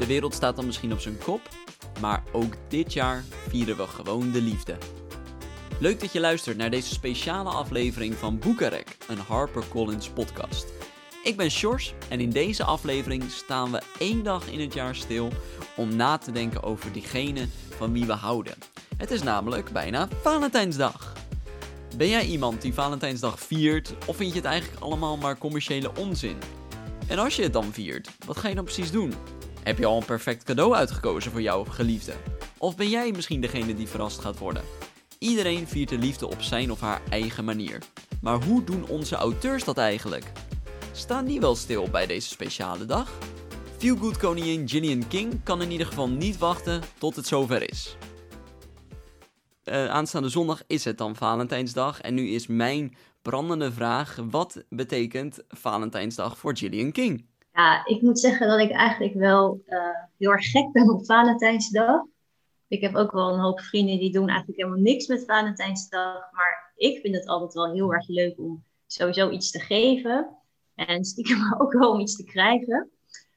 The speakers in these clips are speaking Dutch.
De wereld staat dan misschien op zijn kop, maar ook dit jaar vieren we gewoon de liefde. Leuk dat je luistert naar deze speciale aflevering van Boekenrek, een HarperCollins podcast. Ik ben Sjors en in deze aflevering staan we 1 dag in het jaar stil om na te denken over diegene van wie we houden. Het is namelijk bijna Valentijnsdag. Ben jij iemand die Valentijnsdag viert of vind je het eigenlijk allemaal maar commerciële onzin? En als je het dan viert, wat ga je dan precies doen? Heb je al een perfect cadeau uitgekozen voor jouw geliefde? Of ben jij misschien degene die verrast gaat worden? Iedereen viert de liefde op zijn of haar eigen manier. Maar hoe doen onze auteurs dat eigenlijk? Staan die wel stil bij deze speciale dag? Feelgood koningin Gillian King kan in ieder geval niet wachten tot het zover is. Aanstaande zondag is het dan Valentijnsdag en nu is mijn brandende vraag: wat betekent Valentijnsdag voor Gillian King? Ja, ik moet zeggen dat ik eigenlijk wel heel erg gek ben op Valentijnsdag. Ik heb ook wel een hoop vrienden die doen eigenlijk helemaal niks met Valentijnsdag. Maar ik vind het altijd wel heel erg leuk om sowieso iets te geven. En stiekem ook wel om iets te krijgen.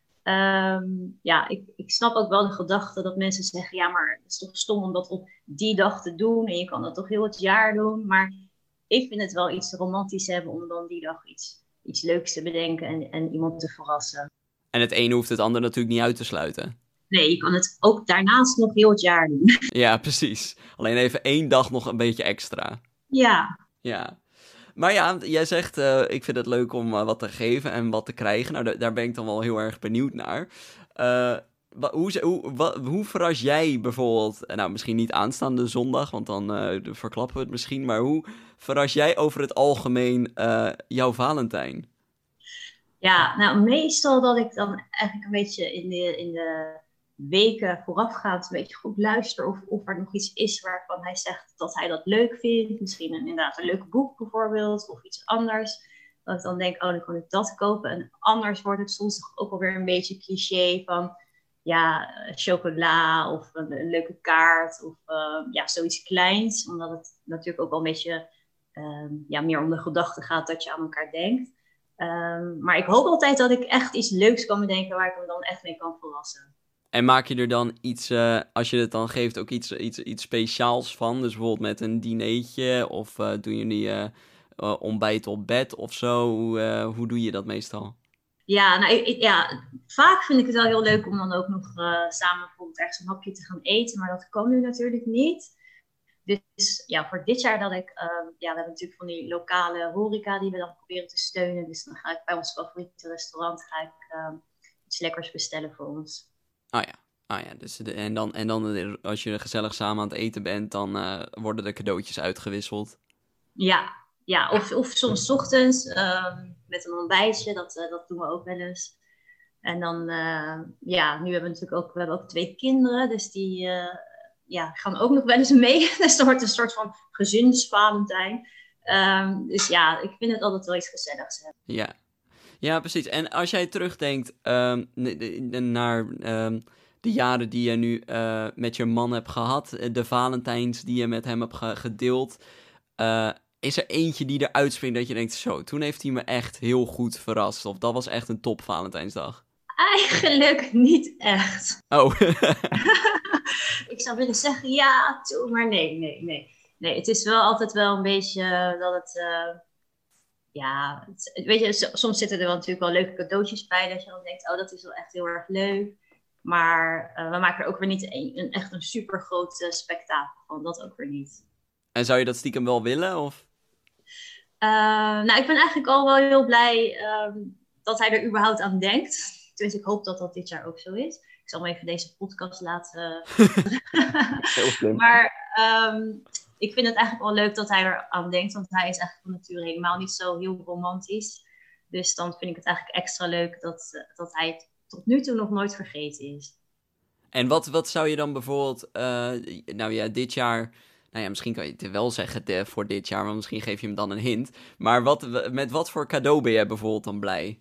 Ik snap ook wel de gedachte dat mensen zeggen: ja, maar het is toch stom om dat op die dag te doen. En je kan dat toch heel het jaar doen. Maar ik vind het wel iets romantisch hebben om dan die dag iets leuks te bedenken en iemand te verrassen. En het ene hoeft het ander natuurlijk niet uit te sluiten. Nee, je kan het ook daarnaast nog heel het jaar doen. Ja, precies. Alleen even 1 dag nog een beetje extra. Ja. Maar ja, jij zegt, ik vind het leuk om wat te geven en wat te krijgen. Nou, daar ben ik dan wel heel erg benieuwd naar. Hoe verras jij bijvoorbeeld, nou misschien niet aanstaande zondag, want dan verklappen we het misschien. Maar hoe verras jij over het algemeen jouw Valentijn? Ja, nou meestal dat ik dan eigenlijk een beetje in de weken voorafgaand een beetje goed luister of er nog iets is waarvan hij zegt dat hij dat leuk vindt. Misschien inderdaad een leuk boek bijvoorbeeld of iets anders. Dat ik dan denk, dan kan ik dat kopen. En anders wordt het soms ook alweer een beetje cliché van ja, chocola of een leuke kaart of zoiets kleins. Omdat het natuurlijk ook wel een beetje meer om de gedachte gaat dat je aan elkaar denkt. Maar ik hoop altijd dat ik echt iets leuks kan bedenken waar ik hem dan echt mee kan verrassen. En maak je er dan iets, als je het dan geeft, ook iets speciaals van? Dus bijvoorbeeld met een dinertje of doen jullie ontbijt op bed of zo? Hoe doe je dat meestal? Ja, vaak vind ik het wel heel leuk om dan ook nog samen bijvoorbeeld ergens een hapje te gaan eten. Maar dat kan nu natuurlijk niet. Dus ja, voor dit jaar dat ik... we hebben natuurlijk van die lokale horeca die we dan proberen te steunen. Dus dan ga ik bij ons favoriete restaurant iets lekkers bestellen voor ons. Ah ja. Dus en dan als je gezellig samen aan het eten bent, dan worden de cadeautjes uitgewisseld. Ja, of soms ochtends met een ontbijtje, dat doen we ook wel eens. En dan, nu hebben we hebben ook 2 kinderen, dus die gaan ook nog wel eens mee. Dus dat wordt een soort van gezinsvalentijn. Dus ja, ik vind het altijd wel iets gezelligs hebben. Ja, precies. En als jij terugdenkt naar de jaren die je nu met je man hebt gehad, de Valentijns die je met hem hebt gedeeld, is er eentje die eruit springt dat je denkt, zo, toen heeft hij me echt heel goed verrast. Of dat was echt een top Valentijnsdag. Eigenlijk niet echt. Oh. Ik zou willen zeggen ja, toen, maar nee. Nee, het is wel altijd wel een beetje dat het... weet je, soms zitten er wel natuurlijk wel leuke cadeautjes bij. Dat je dan denkt, dat is wel echt heel erg leuk. Maar we maken er ook weer niet echt een super groot spektakel van. Dat ook weer niet. En zou je dat stiekem wel willen? Of? Ik ben eigenlijk al wel heel blij dat hij er überhaupt aan denkt. Dus ik hoop dat dat dit jaar ook zo is. Ik zal hem even deze podcast laten. Heel slim. Maar ik vind het eigenlijk wel leuk dat hij er aan denkt. Want hij is eigenlijk van nature helemaal niet zo heel romantisch. Dus dan vind ik het eigenlijk extra leuk dat hij het tot nu toe nog nooit vergeten is. En wat zou je dan bijvoorbeeld... dit jaar... Nou ja, misschien kan je het wel zeggen voor dit jaar, maar misschien geef je hem dan een hint. Maar met wat voor cadeau ben jij bijvoorbeeld dan blij?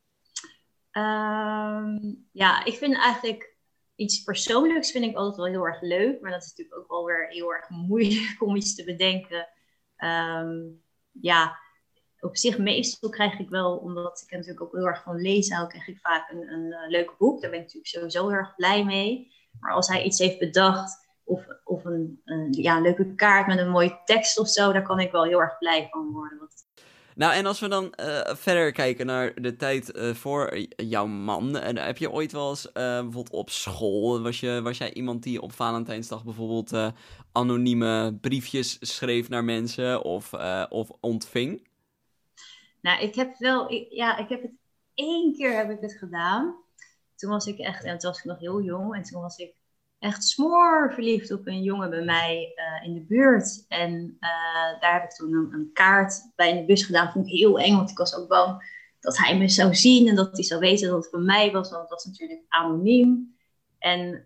Ik vind eigenlijk iets persoonlijks vind ik altijd wel heel erg leuk. Maar dat is natuurlijk ook wel weer heel erg moeilijk om iets te bedenken. op zich meestal krijg ik wel, omdat ik natuurlijk ook heel erg van lezen hou, krijg ik vaak een leuk boek. Daar ben ik natuurlijk sowieso heel erg blij mee. Maar als hij iets heeft bedacht, of een leuke kaart met een mooie tekst of zo, daar kan ik wel heel erg blij van worden. Nou, en als we dan verder kijken naar de tijd voor jouw man. Heb je ooit wel eens bijvoorbeeld op school, was jij iemand die op Valentijnsdag bijvoorbeeld anonieme briefjes schreef naar mensen of ontving? Nou, ik heb het 1 keer heb ik het gedaan. Toen was ik echt, en toen was ik nog heel jong, en toen was ik echt smoor verliefd op een jongen bij mij in de buurt. En daar heb ik toen een kaart bij in de bus gedaan. Vond ik heel eng, want ik was ook bang dat hij me zou zien en dat hij zou weten dat het van mij was, want het was natuurlijk anoniem. En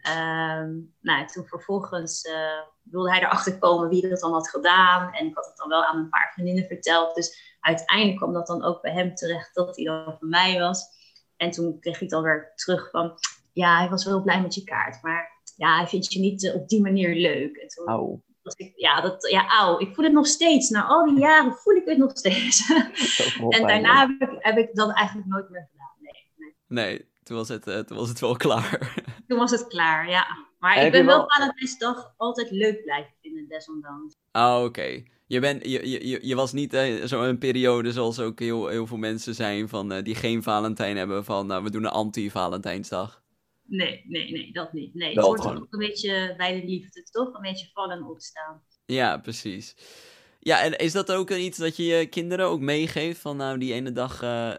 toen vervolgens wilde hij erachter komen wie dat dan had gedaan. En ik had het dan wel aan een paar vriendinnen verteld. Dus uiteindelijk kwam dat dan ook bij hem terecht dat hij dan van mij was. En toen kreeg ik dan weer terug van, ja, hij was wel blij met je kaart, maar ja, hij vindt je niet op die manier leuk. En toen was ik, ik voel het nog steeds. Na al die jaren voel ik het nog steeds. En daarna heb ik dat eigenlijk nooit meer gedaan. Nee, toen was het wel klaar. Toen was het klaar, ja. Maar ik ben wel Valentijnsdag altijd leuk blijven vinden, desondanks. Oké. Je was niet zo'n periode zoals ook heel veel mensen zijn van die geen Valentijn hebben van we doen een anti-Valentijnsdag. Nee, dat niet. Nee, het hoort ook een beetje bij de liefde, toch? Een beetje vallen en opstaan. Ja, precies. Ja, en is dat ook iets dat je je kinderen ook meegeeft? Van die ene dag,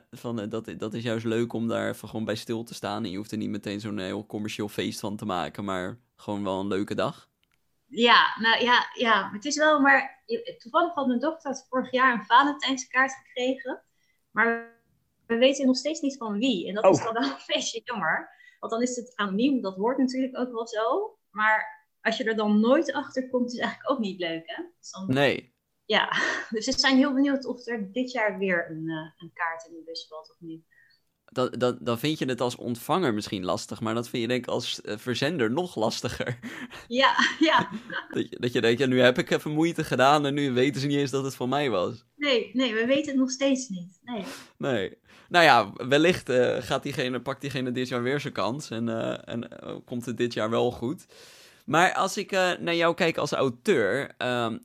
dat is juist leuk om daar even gewoon bij stil te staan. En je hoeft er niet meteen zo'n heel commercieel feest van te maken, maar gewoon wel een leuke dag. Ja, nou ja, het is wel, maar toevallig had mijn dochter vorig jaar een Valentijnskaart gekregen. Maar we weten nog steeds niet van wie. En dat is dan wel een beetje jammer. Want dan is het anoniem, dat hoort natuurlijk ook wel zo. Maar als je er dan nooit achter komt, is het eigenlijk ook niet leuk, hè? Dus dan, nee. Ja, dus we zijn heel benieuwd of er dit jaar weer een kaart in de bus valt of niet. Dan vind je het als ontvanger misschien lastig, maar dat vind je denk ik als verzender nog lastiger. Ja. Dat je denkt, ja, nu heb ik even moeite gedaan en nu weten ze niet eens dat het van mij was. Nee, we weten het nog steeds niet. Nee. Nou ja, wellicht pakt diegene dit jaar weer zijn kans en komt het dit jaar wel goed. Maar als ik naar jou kijk als auteur,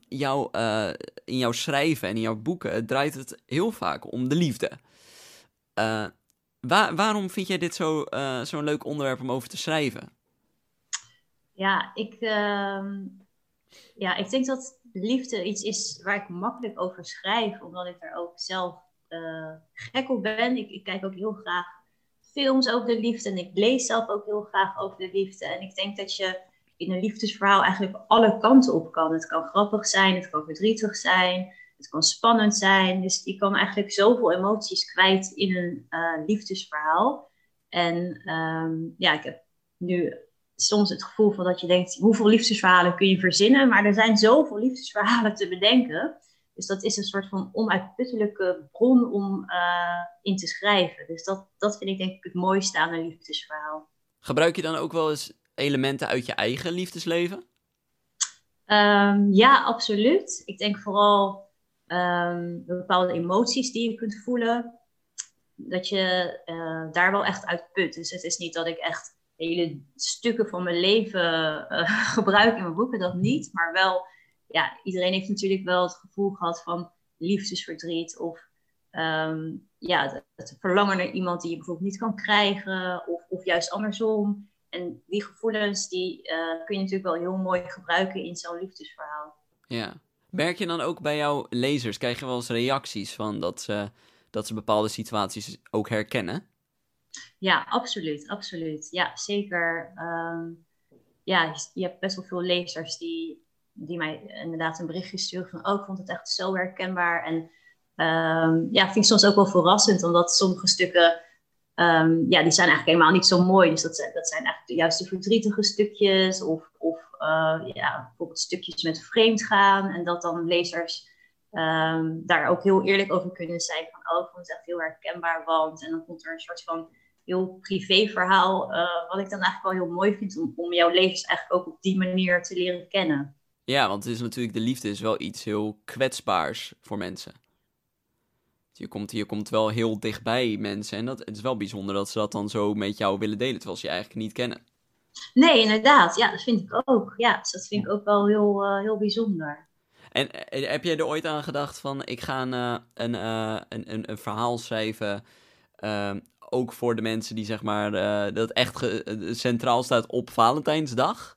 in jouw schrijven en in jouw boeken draait het heel vaak om de liefde. Waarom vind jij dit zo'n leuk onderwerp om over te schrijven? Ja, ik denk dat liefde iets is waar ik makkelijk over schrijf, omdat ik er ook zelf gek op ben. Ik kijk ook heel graag films over de liefde en ik lees zelf ook heel graag over de liefde. En ik denk dat je in een liefdesverhaal eigenlijk alle kanten op kan. Het kan grappig zijn, het kan verdrietig zijn, het kan spannend zijn. Dus je kan eigenlijk zoveel emoties kwijt in een liefdesverhaal. En ik heb nu soms het gevoel van dat je denkt, hoeveel liefdesverhalen kun je verzinnen? Maar er zijn zoveel liefdesverhalen te bedenken. Dus dat is een soort van onuitputtelijke bron om in te schrijven. Dus dat vind ik denk ik het mooiste aan een liefdesverhaal. Gebruik je dan ook wel eens elementen uit je eigen liefdesleven? Ja, absoluut. Ik denk vooral bepaalde emoties die je kunt voelen, dat je daar wel echt uit put. Dus het is niet dat ik echt hele stukken van mijn leven gebruik in mijn boeken, dat niet. Maar wel, ja, iedereen heeft natuurlijk wel het gevoel gehad van liefdesverdriet of het verlangen naar iemand die je bijvoorbeeld niet kan krijgen of juist andersom. En die gevoelens die kun je natuurlijk wel heel mooi gebruiken in zo'n liefdesverhaal. Ja. Merk je dan ook bij jouw lezers, krijg je wel eens reacties van dat ze bepaalde situaties ook herkennen? Ja, absoluut. Ja, zeker. Je hebt best wel veel lezers die mij inderdaad een berichtje sturen van, ik vond het echt zo herkenbaar. En vind ik soms ook wel verrassend, omdat sommige stukken, die zijn eigenlijk helemaal niet zo mooi. Dus dat zijn eigenlijk juist de verdrietige stukjes of bijvoorbeeld stukjes met vreemdgaan. En dat dan lezers daar ook heel eerlijk over kunnen zijn van, ik vond het echt heel herkenbaar, want... En dan komt er een soort van heel privé verhaal, wat ik dan eigenlijk wel heel mooi vind om jouw lezers eigenlijk ook op die manier te leren kennen. Ja, want het is natuurlijk, de liefde is wel iets heel kwetsbaars voor mensen. Je komt wel heel dichtbij mensen. En het is wel bijzonder dat ze dat dan zo met jou willen delen, terwijl ze je eigenlijk niet kennen. Nee, inderdaad. Ja, dat vind ik ook. Ja, dus dat vind ik ook wel heel bijzonder. En heb jij er ooit aan gedacht van, ik ga een verhaal schrijven, ook voor de mensen die zeg maar, dat echt centraal staat op Valentijnsdag?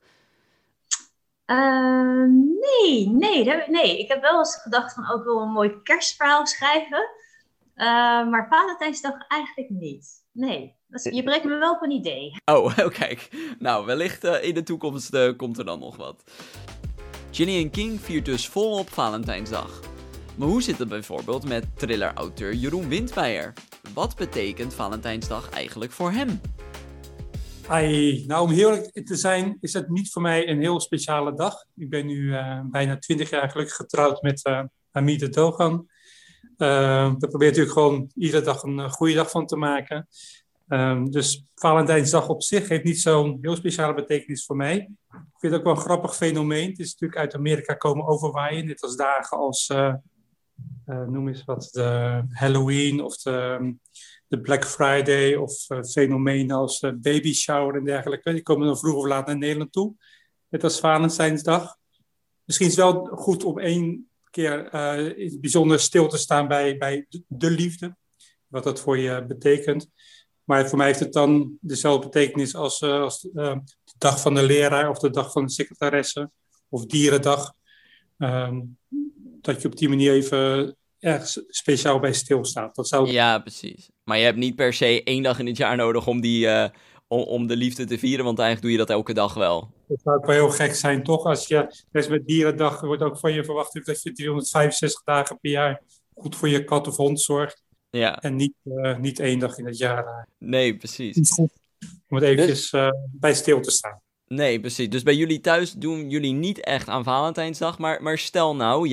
Nee. Ik heb wel eens gedacht van ook wel een mooi kerstverhaal schrijven. Maar Valentijnsdag eigenlijk niet. Nee, je brengt me wel op een idee. Oh, kijk. Nou, wellicht in de toekomst komt er dan nog wat. Gillian King viert dus volop Valentijnsdag. Maar hoe zit het bijvoorbeeld met thriller-auteur Jeroen Windmeijer? Wat betekent Valentijnsdag eigenlijk voor hem? Nou, om heel eerlijk te zijn, is het niet voor mij een heel speciale dag. Ik ben nu bijna 20 jaar gelukkig getrouwd met Hamida Dogan. Daar probeer natuurlijk gewoon iedere dag een goede dag van te maken. Dus Valentijnsdag op zich heeft niet zo'n heel speciale betekenis voor mij. Ik vind het ook wel een grappig fenomeen. Het is natuurlijk uit Amerika komen overwaaien. Net als dagen als, noem eens wat, de Halloween of de Black Friday of fenomenen als baby shower en dergelijke. Die komen dan vroeg of laat naar Nederland toe. Net als Valentijnsdag. Misschien is het wel goed om één keer in het bijzonder stil te staan bij de liefde. Wat dat voor je betekent. Maar voor mij heeft het dan dezelfde betekenis als de dag van de leraar of de dag van de secretaresse of dierendag. Dat je op die manier even ergens speciaal bij stilstaat. Dat zou... Ja, precies. Maar je hebt niet per se 1 dag in het jaar nodig om de liefde te vieren, want eigenlijk doe je dat elke dag wel. Dat zou ook wel heel gek zijn, toch? Als je, net met dierendag wordt ook van je verwacht dat je 365 dagen per jaar goed voor je kat of hond zorgt. Ja. En niet 1 dag in het jaar. Nee, precies. Om het eventjes bij stil te staan. Nee, precies. Dus bij jullie thuis doen jullie niet echt aan Valentijnsdag. Maar stel nou,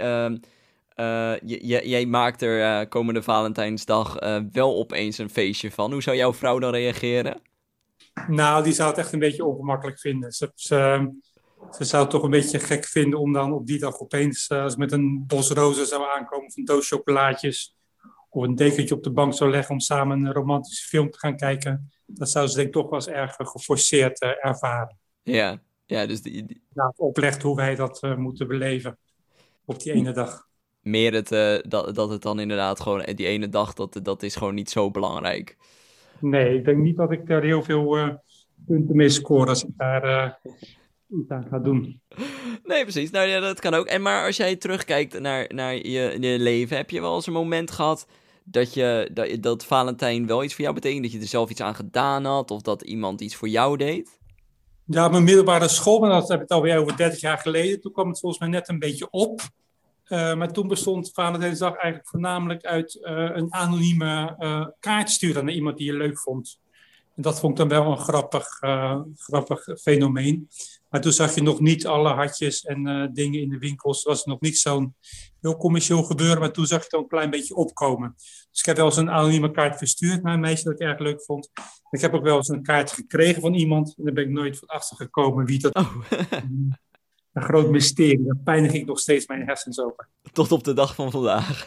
jij maakt er komende Valentijnsdag wel opeens een feestje van. Hoe zou jouw vrouw dan reageren? Nou, die zou het echt een beetje ongemakkelijk vinden. Ze zou het toch een beetje gek vinden om dan op die dag opeens met een bos rozen zou aankomen of een doos chocolaatjes. Of een dekentje op de bank zou leggen om samen een romantische film te gaan kijken. Dat zou ze denk ik toch wel eens erg geforceerd ervaren. Ja, dus het oplegt hoe wij dat moeten beleven op die ene dag. Meer dat het dan inderdaad gewoon die ene dag, dat is gewoon niet zo belangrijk. Nee, ik denk niet dat ik daar heel veel punten mee score als ik daar iets aan ga doen. Nee, precies. Nou ja, dat kan ook. Maar als jij terugkijkt naar je leven, heb je wel eens een moment gehad dat Valentijn wel iets voor jou betekent? Dat je er zelf iets aan gedaan had? Of dat iemand iets voor jou deed? Ja, mijn middelbare school, maar dat heb ik alweer over 30 jaar geleden. Toen kwam het volgens mij net een beetje op. Maar toen bestond Valentijnsdag eigenlijk voornamelijk uit een anonieme kaart sturen naar iemand die je leuk vond. En dat vond ik dan wel een grappig fenomeen. Maar toen zag je nog niet alle hartjes en dingen in de winkels. Het was nog niet zo'n heel commercieel gebeuren, maar toen zag je het al een klein beetje opkomen. Dus ik heb wel eens een anonieme kaart verstuurd naar een meisje dat ik erg leuk vond. Ik heb ook wel eens een kaart gekregen van iemand. En daar ben ik nooit van achter gekomen wie dat... Oh. Een groot mysterie. Daar pijnig ik nog steeds mijn hersens over. Tot op de dag van vandaag.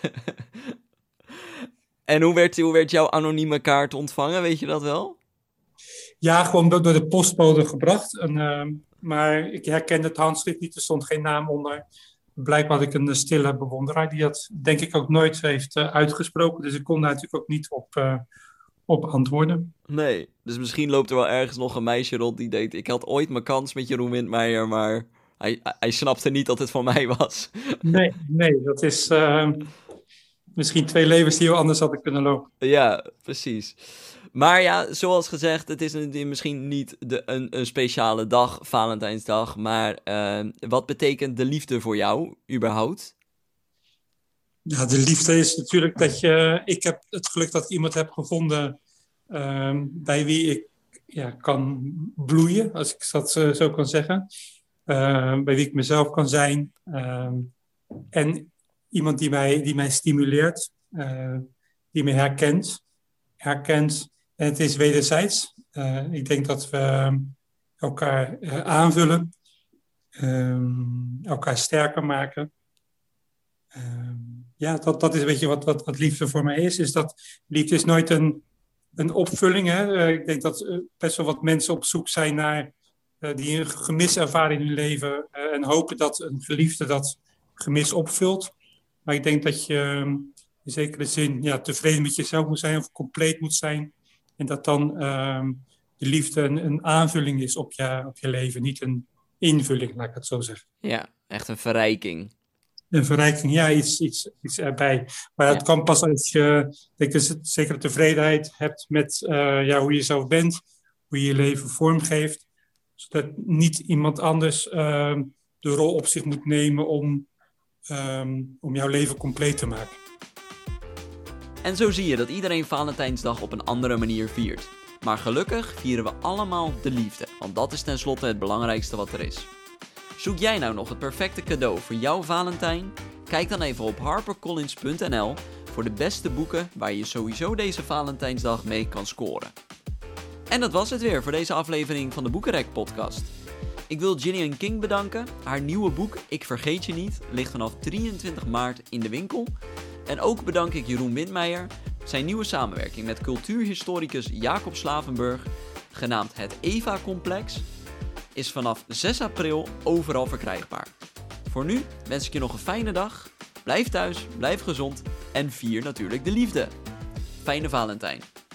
En hoe werd jouw anonieme kaart ontvangen? Weet je dat wel? Ja, gewoon door de postbode gebracht. Maar ik herkende het handschrift niet. Er stond geen naam onder. Blijkbaar had ik een stille bewonderaar die dat denk ik ook nooit heeft uitgesproken. Dus ik kon daar natuurlijk ook niet op antwoorden. Nee, dus misschien loopt er wel ergens nog een meisje rond die denkt... Ik had ooit mijn kans met Jeroen Windmeijer, maar hij snapte niet dat het van mij was. Nee, dat is misschien 2 levens die heel anders hadden kunnen lopen. Ja, precies. Maar ja, zoals gezegd, het is misschien niet een speciale dag, Valentijnsdag. Maar wat betekent de liefde voor jou, überhaupt? Ja, de liefde is natuurlijk dat ik heb het geluk dat ik iemand heb gevonden bij wie ik kan bloeien, als ik dat zo kan zeggen. Bij wie ik mezelf kan zijn. En iemand die mij stimuleert, die me herkent. En het is wederzijds. Ik denk dat we elkaar aanvullen, elkaar sterker maken. Ja, dat is een beetje wat liefde voor mij is. Is dat liefde is nooit een opvulling. Hè? Ik denk dat best wel wat mensen op zoek zijn naar die een gemis ervaren in hun leven en hopen dat een geliefde dat gemis opvult. Maar ik denk dat je in zekere zin tevreden met jezelf moet zijn of compleet moet zijn. En dat dan de liefde een aanvulling is op je leven, niet een invulling, laat ik het zo zeggen. Ja, echt een verrijking. Een verrijking, ja, iets erbij. Maar het kan pas als je zekere tevredenheid hebt met hoe je zelf bent, hoe je je leven vormgeeft, zodat niet iemand anders de rol op zich moet nemen om jouw leven compleet te maken. En zo zie je dat iedereen Valentijnsdag op een andere manier viert. Maar gelukkig vieren we allemaal de liefde, want dat is tenslotte het belangrijkste wat er is. Zoek jij nou nog het perfecte cadeau voor jouw Valentijn? Kijk dan even op harpercollins.nl voor de beste boeken waar je sowieso deze Valentijnsdag mee kan scoren. En dat was het weer voor deze aflevering van de Boekenrek podcast. Ik wil Gillian King bedanken. Haar nieuwe boek Ik Vergeet Je Niet ligt vanaf 23 maart in de winkel. En ook bedank ik Jeroen Windmeijer. Zijn nieuwe samenwerking met cultuurhistoricus Jacob Slavenburg, genaamd het Eva-complex, is vanaf 6 april overal verkrijgbaar. Voor nu wens ik je nog een fijne dag. Blijf thuis, blijf gezond en vier natuurlijk de liefde. Fijne Valentijn.